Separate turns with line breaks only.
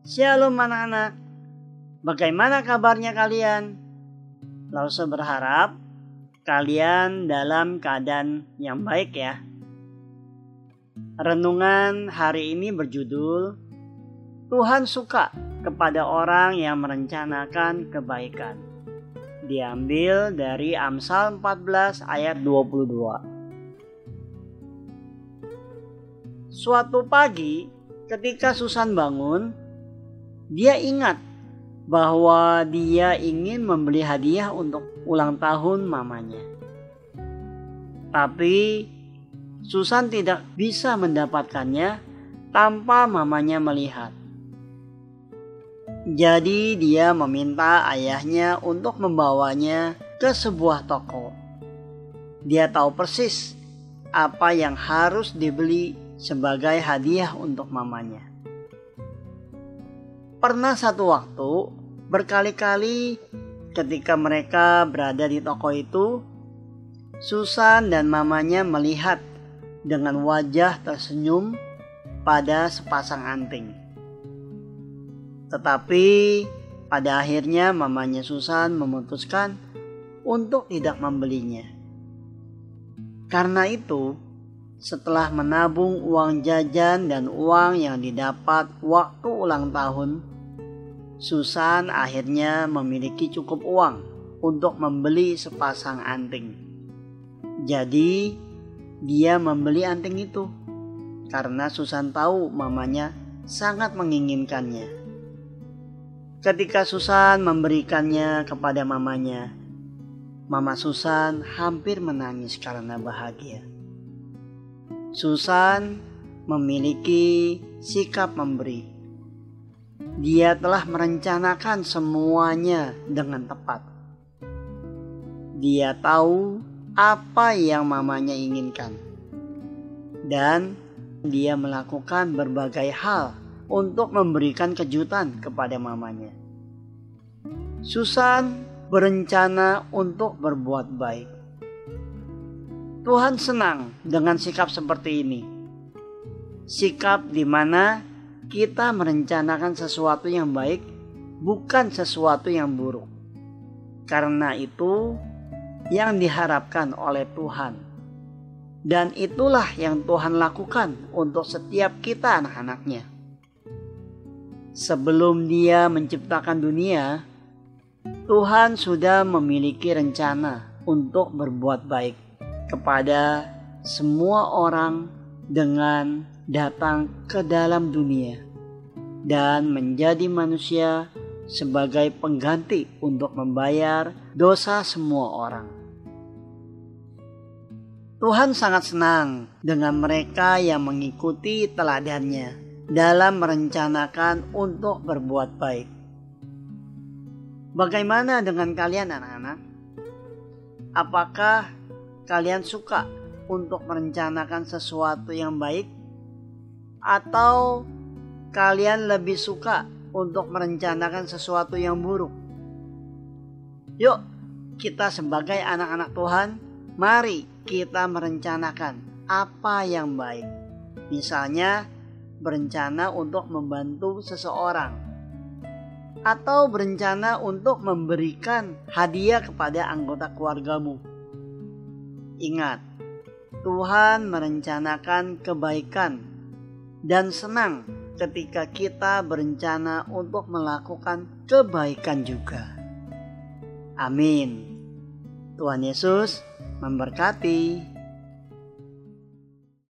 Shalom anak-anak, bagaimana kabarnya kalian? Lause berharap kalian dalam keadaan yang baik ya. Renungan hari ini berjudul Tuhan suka kepada orang yang merencanakan kebaikan. Diambil dari Amsal 14 ayat 22. Suatu pagi ketika Susan bangun, dia ingat bahwa dia ingin membeli hadiah untuk ulang tahun mamanya. Tapi Susan tidak bisa mendapatkannya tanpa mamanya melihat. Jadi dia meminta ayahnya untuk membawanya ke sebuah toko. Dia tahu persis apa yang harus dibeli sebagai hadiah untuk mamanya. Pernah satu waktu, berkali-kali ketika mereka berada di toko itu, Susan dan mamanya melihat dengan wajah tersenyum pada sepasang anting. Tetapi pada akhirnya mamanya Susan memutuskan untuk tidak membelinya. Karena itu, setelah menabung uang jajan dan uang yang didapat waktu ulang tahun, Susan akhirnya memiliki cukup uang untuk membeli sepasang anting. Jadi dia membeli anting itu karena Susan tahu mamanya sangat menginginkannya. Ketika Susan memberikannya kepada mamanya, Mama Susan hampir menangis karena bahagia. Susan memiliki sikap memberi. Dia telah merencanakan semuanya dengan tepat. Dia tahu apa yang mamanya inginkan. Dan dia melakukan berbagai hal untuk memberikan kejutan kepada mamanya. Susan berencana untuk berbuat baik. Tuhan senang dengan sikap seperti ini. Sikap di mana kita merencanakan sesuatu yang baik, bukan sesuatu yang buruk. Karena itu yang diharapkan oleh Tuhan. Dan itulah yang Tuhan lakukan untuk setiap kita anak-anaknya. Sebelum Dia menciptakan dunia, Tuhan sudah memiliki rencana untuk berbuat baik kepada semua orang dengan datang ke dalam dunia dan menjadi manusia sebagai pengganti untuk membayar dosa semua orang. Tuhan sangat senang dengan mereka yang mengikuti teladannya dalam merencanakan untuk berbuat baik. Bagaimana dengan kalian anak-anak? Apakah kalian suka untuk merencanakan sesuatu yang baik? Atau kalian lebih suka untuk merencanakan sesuatu yang buruk? Yuk, kita sebagai anak-anak Tuhan, mari kita merencanakan apa yang baik. Misalnya, berencana untuk membantu seseorang. Atau berencana untuk memberikan hadiah kepada anggota keluargamu. Ingat, Tuhan merencanakan kebaikan dan senang ketika kita berencana untuk melakukan kebaikan juga. Amin. Tuhan Yesus memberkati.